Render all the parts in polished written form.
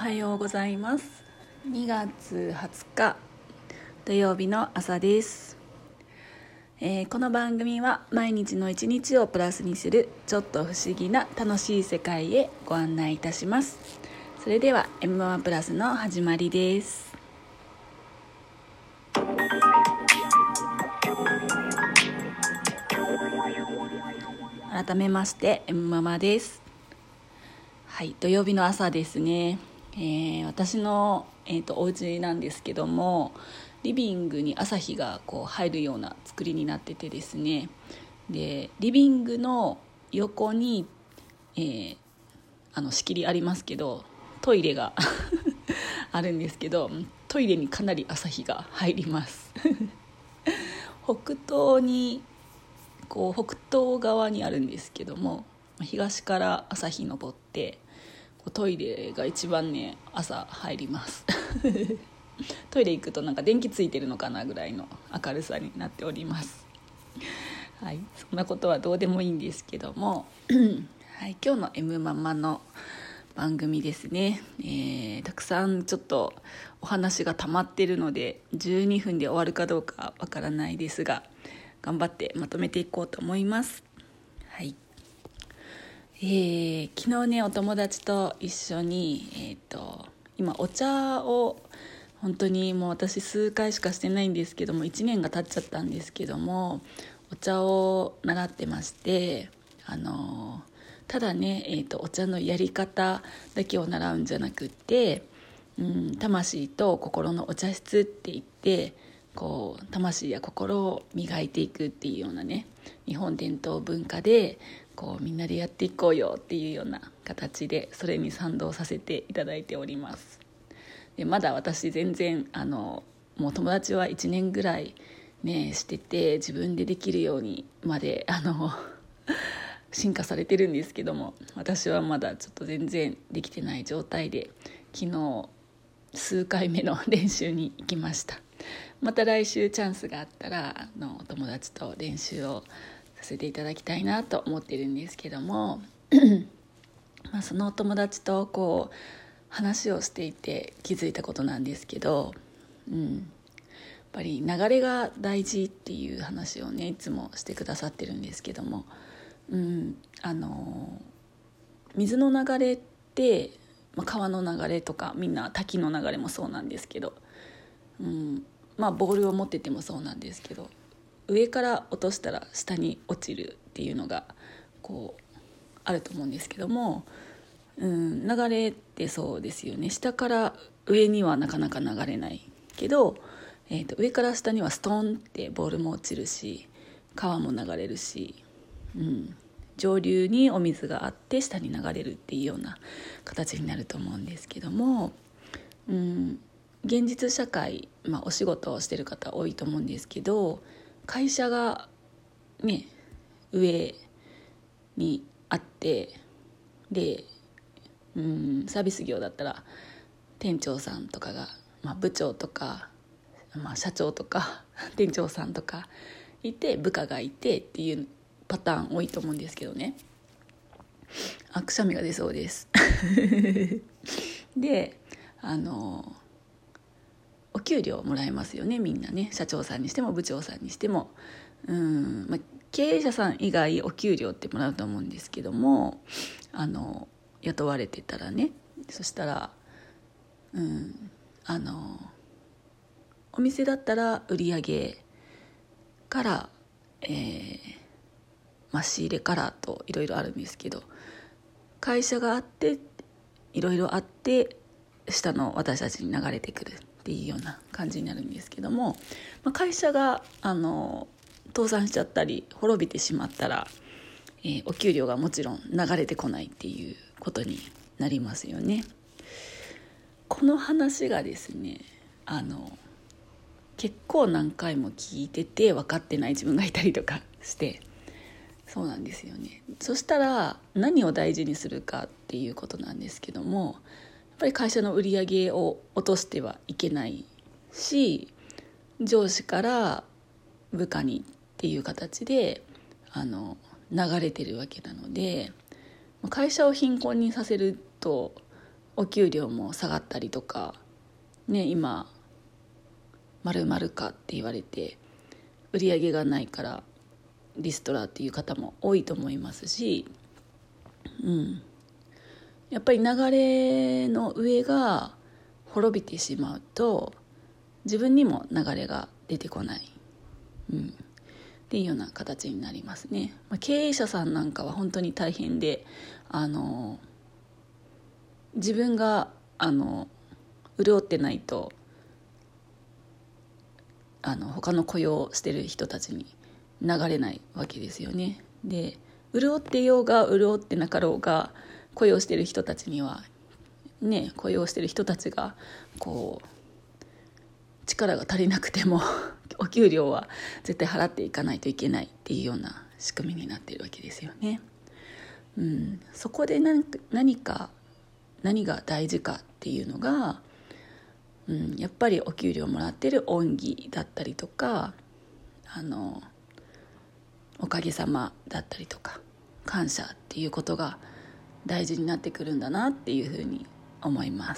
はようございます。2月20日土曜日の朝です。この番組は毎日の一日をプラスにするちょっと不思議な楽しい世界へご案内いたします。それでは M1 プラスの始まりです。改めまして M ママです。はい、土曜日の朝ですね。私の、お家なんですけども、リビングに朝日がこう入るような作りになっててですね、でリビングの横に、仕切りありますけど、トイレがあるんですけど、トイレにかなり朝日が入ります北東側にあるんですけども、東から朝日昇ってトイレが一番ね朝入りますトイレ行くとなんか電気ついてるのかなぐらいの明るさになっておりますはい、そんなことはどうでもいいんですけどもはい、今日の M ママの番組ですね、たくさんちょっとお話が溜まってるので12分で終わるかどうかわからないですが、頑張ってまとめていこうと思います。はい、昨日ねお友達と一緒に、今お茶を本当にもう私数回しかしてないんですけども、1年が経っちゃったんですけども、お茶を習ってまして、ただね、お茶のやり方だけを習うんじゃなくって、魂と心のお茶室って言ってこう魂や心を磨いていくっていうようなね、日本伝統文化でこうみんなでやっていこうよっていうような形でそれに賛同させていただいております。でまだ私全然もう友達は1年ぐらいねしてて、自分でできるようにまで進化されてるんですけども、私はまだちょっと全然できてない状態で、昨日数回目の練習に行きました。また来週チャンスがあったらお友達と練習をさせていただきたいなと思ってるんですけどもそのお友達とこう話をしていて気づいたことなんですけど、やっぱり流れが大事っていう話をねいつもしてくださってるんですけども、水の流れって、川の流れとかみんな滝の流れもそうなんですけど、ボールを持っててもそうなんですけど、上から落としたら下に落ちるっていうのがこうあると思うんですけども、流れってそうですよね。下から上にはなかなか流れないけど、上から下にはストンってボールも落ちるし、川も流れるし、上流にお水があって下に流れるっていうような形になると思うんですけども、現実社会、お仕事をしてる方多いと思うんですけど、会社がね上にあって、で、サービス業だったら店長さんとかが、部長とか、社長とか店長さんとかいて、部下がいてっていうパターン多いと思うんですけどね。くしゃみが出そうですでお給料もらえますよね、みんなね。社長さんにしても部長さんにしても、経営者さん以外お給料ってもらうと思うんですけども、雇われてたらね、そしたらお店だったら売り上げから、仕入れからといろいろあるんですけど、会社があっていろいろあって下の私たちに流れてくるっていうような感じになるんですけども、会社が倒産しちゃったり滅びてしまったら、お給料がもちろん流れてこないっていうことになりますよね。この話がですね結構何回も聞いてて分かってない自分がいたりとかして、そうなんですよね。そしたら何を大事にするかっていうことなんですけども、やっぱり会社の売り上げを落としてはいけないし、上司から部下にっていう形で流れてるわけなので、会社を貧困にさせるとお給料も下がったりとかね、今〇〇かって言われて売り上げがないからリストラっていう方も多いと思いますし、やっぱり流れの上が滅びてしまうと自分にも流れが出てこない、っていうような形になりますね。経営者さんなんかは本当に大変で、自分が潤ってないと他の雇用してる人たちに流れないわけですよね。で、潤ってようが潤ってなかろうが雇用してる人たちにはね、雇用してる人たちがこう力が足りなくてもお給料は絶対払っていかないといけないっていうような仕組みになっているわけですよね。そこで何が大事かっていうのが、やっぱりお給料もらってる恩義だったりとかおかげさまだったりとか感謝っていうことが大事になってくるんだなっていうふうに思います。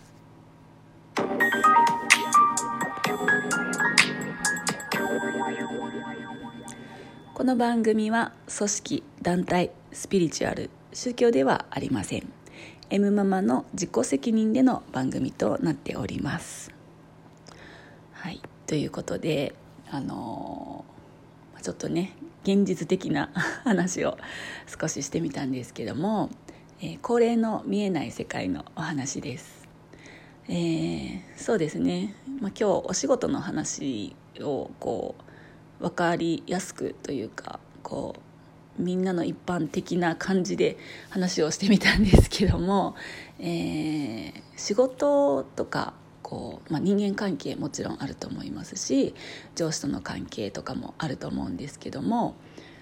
この番組は組織、団体、スピリチュアル、宗教ではありません。M ママの自己責任での番組となっております。はい、ということでちょっとね現実的な話を少ししてみたんですけども、恒例の見えない世界のお話です。そうですね、今日お仕事の話を分かりやすくというかみんなの一般的な感じで話をしてみたんですけども、仕事とか人間関係もちろんあると思いますし、上司との関係とかもあると思うんですけども、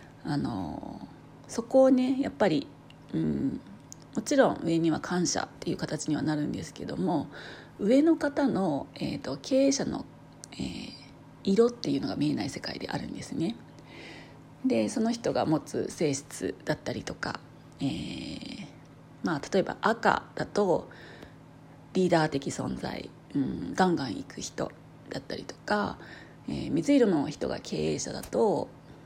そこをねやっぱり、もちろん上には感謝っていう形にはなるんですけども、上の方の、経営者の、色っていうのが見えない世界であるんですね。でその人が持つ性質だったりとか、例えば赤だとリーダー的存在、ガンガン行く人だったりとか、水色の人が経営者だと、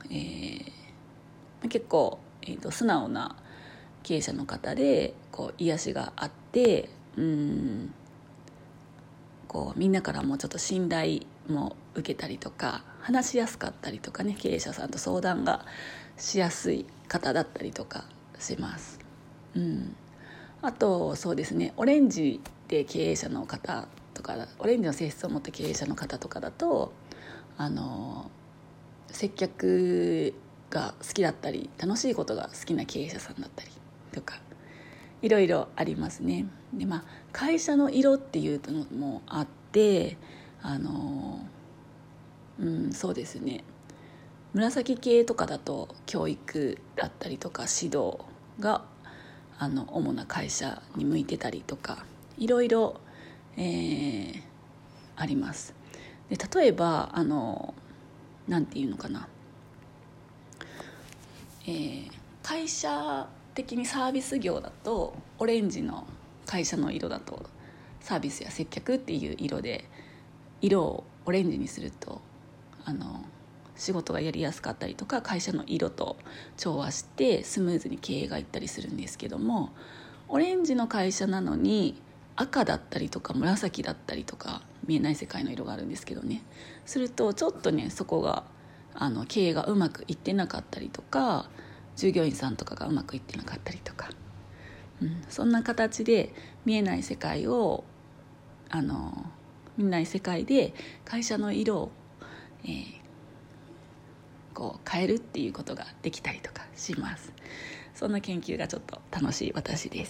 結構、素直な経営者の方で癒しがあって、みんなからもちょっと信頼も受けたりとか話しやすかったりとかね、経営者さんと相談がしやすい方だったりとかします。あとそうですね、オレンジで経営者の方とか、オレンジの性質を持った経営者の方とかだと接客が好きだったり楽しいことが好きな経営者さんだったりとかいろいろありますね。で、会社の色っていうのもあってそうですね、紫系とかだと教育だったりとか指導が主な会社に向いてたりとかいろいろ、あります。で例えばなんていうのかな、会社的にサービス業だとオレンジの会社の色だとサービスや接客っていう色をオレンジにすると仕事がやりやすかったりとか会社の色と調和してスムーズに経営がいったりするんですけども、オレンジの会社なのに赤だったりとか紫だったりとか見えない世界の色があるんですけどね、するとちょっとねそこが経営がうまくいってなかったりとか従業員さんとかがうまくいってなかったりとか、そんな形で見えない世界を見えない世界で会社の色を、変えるっていうことができたりとかします。そんな研究がちょっと楽しい私です。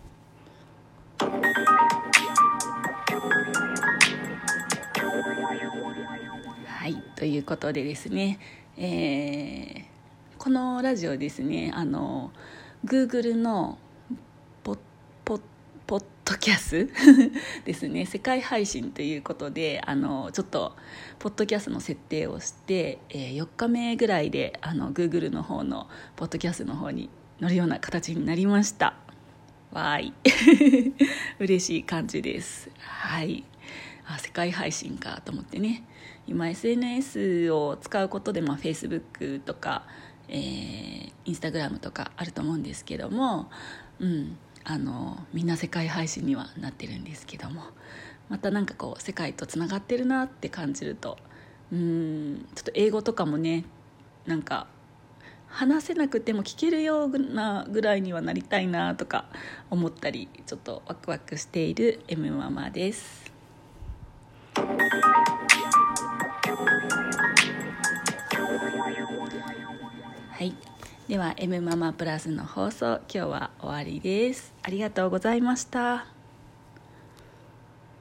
はい、ということでですね、このラジオですね、Google のポッドキャスですね、世界配信ということでちょっとポッドキャストの設定をして、4日目ぐらいでGoogle の方のポッドキャストの方に乗るような形になりました。 わーい嬉しい感じです。はい。世界配信かと思ってね、今 SNS を使うことで、Facebook とか、Instagram とかあると思うんですけども、みんな世界配信にはなってるんですけども、またなんかこう世界とつながってるなって感じると、ちょっと英語とかもね、なんか話せなくても聞けるようなぐらいにはなりたいなとか思ったり、ちょっとワクワクしている M ママです。はい、では M ママプラスの放送、今日は終わりです。ありがとうございました。